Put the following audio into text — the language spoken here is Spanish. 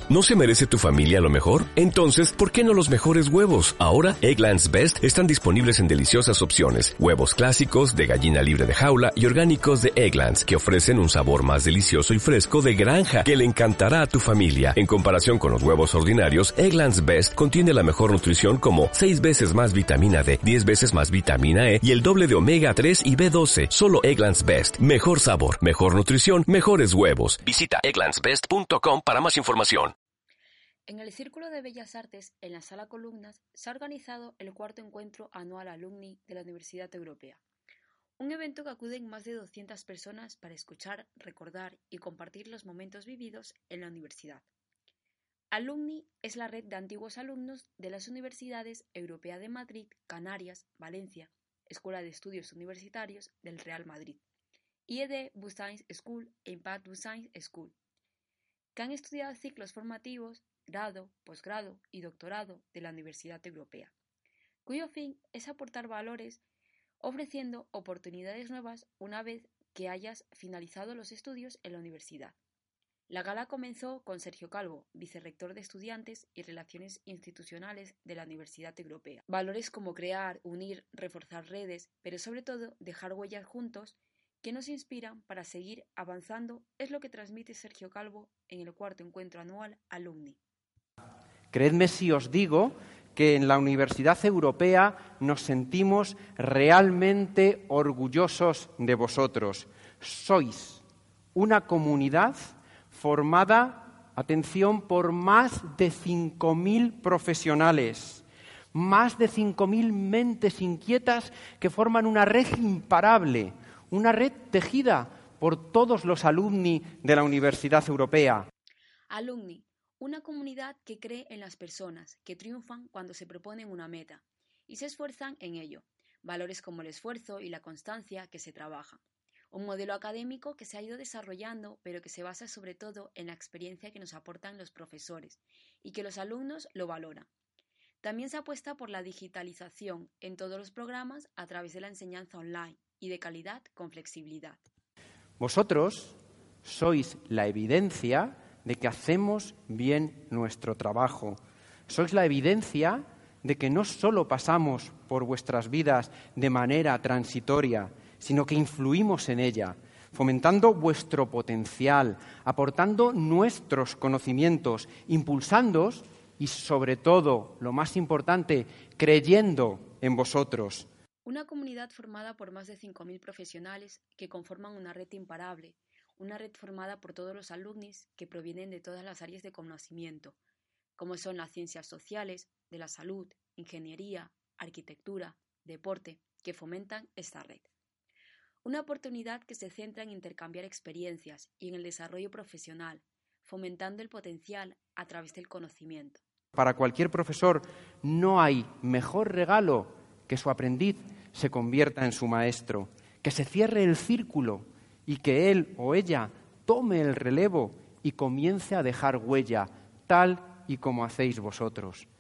¿No se merece tu familia lo mejor? Entonces, ¿por qué no los mejores huevos? Ahora, Eggland's Best están disponibles en deliciosas opciones. Huevos clásicos, de gallina libre de jaula y orgánicos de Eggland's, que ofrecen un sabor más delicioso y fresco de granja, que le encantará a tu familia. En comparación con los huevos ordinarios, Eggland's Best contiene la mejor nutrición como 6 veces más vitamina D, 10 veces más vitamina E y el doble de omega 3 y B12. Solo Eggland's Best. Mejor sabor, mejor nutrición, mejores huevos. Visita egglandsbest.com para más información. En el Círculo de Bellas Artes, en la Sala Columnas, se ha organizado el 4º encuentro anual alumni de la Universidad Europea. Un evento que acuden más de 200 personas para escuchar, recordar y compartir los momentos vividos en la universidad. Alumni es la red de antiguos alumnos de las Universidades Europea de Madrid, Canarias, Valencia, Escuela de Estudios Universitarios del Real Madrid, IED Business School e Impact Business School, que han estudiado ciclos formativos, grado, posgrado y doctorado de la Universidad Europea, cuyo fin es aportar valores ofreciendo oportunidades nuevas una vez que hayas finalizado los estudios en la universidad. La gala comenzó con Sergio Calvo, vicerrector de Estudiantes y Relaciones Institucionales de la Universidad Europea. Valores como crear, unir, reforzar redes, pero sobre todo dejar huellas juntos que nos inspiran para seguir avanzando es lo que transmite Sergio Calvo en el 4º encuentro anual Alumni. Creedme si os digo que en la Universidad Europea nos sentimos realmente orgullosos de vosotros. Sois una comunidad formada, atención, por más de 5.000 profesionales, más de 5.000 mentes inquietas que forman una red imparable, una red tejida por todos los alumni de la Universidad Europea. Alumni, una comunidad que cree en las personas, que triunfan cuando se proponen una meta y se esfuerzan en ello. Valores como el esfuerzo y la constancia que se trabajan. Un modelo académico que se ha ido desarrollando, pero que se basa sobre todo en la experiencia que nos aportan los profesores y que los alumnos lo valoran. También se apuesta por la digitalización en todos los programas a través de la enseñanza online y de calidad con flexibilidad. Vosotros sois la evidencia de que hacemos bien nuestro trabajo. Sois la evidencia de que no solo pasamos por vuestras vidas de manera transitoria, sino que influimos en ella, fomentando vuestro potencial, aportando nuestros conocimientos, impulsándoos y, sobre todo, lo más importante, creyendo en vosotros. Una comunidad formada por más de 5.000 profesionales que conforman una red imparable, una red formada por todos los alumnis que provienen de todas las áreas de conocimiento, como son las ciencias sociales, de la salud, ingeniería, arquitectura, deporte, que fomentan esta red. Una oportunidad que se centra en intercambiar experiencias y en el desarrollo profesional, fomentando el potencial a través del conocimiento. Para cualquier profesor no hay mejor regalo que su aprendiz se convierta en su maestro, que se cierre el círculo y que él o ella tome el relevo y comience a dejar huella, tal y como hacéis vosotros.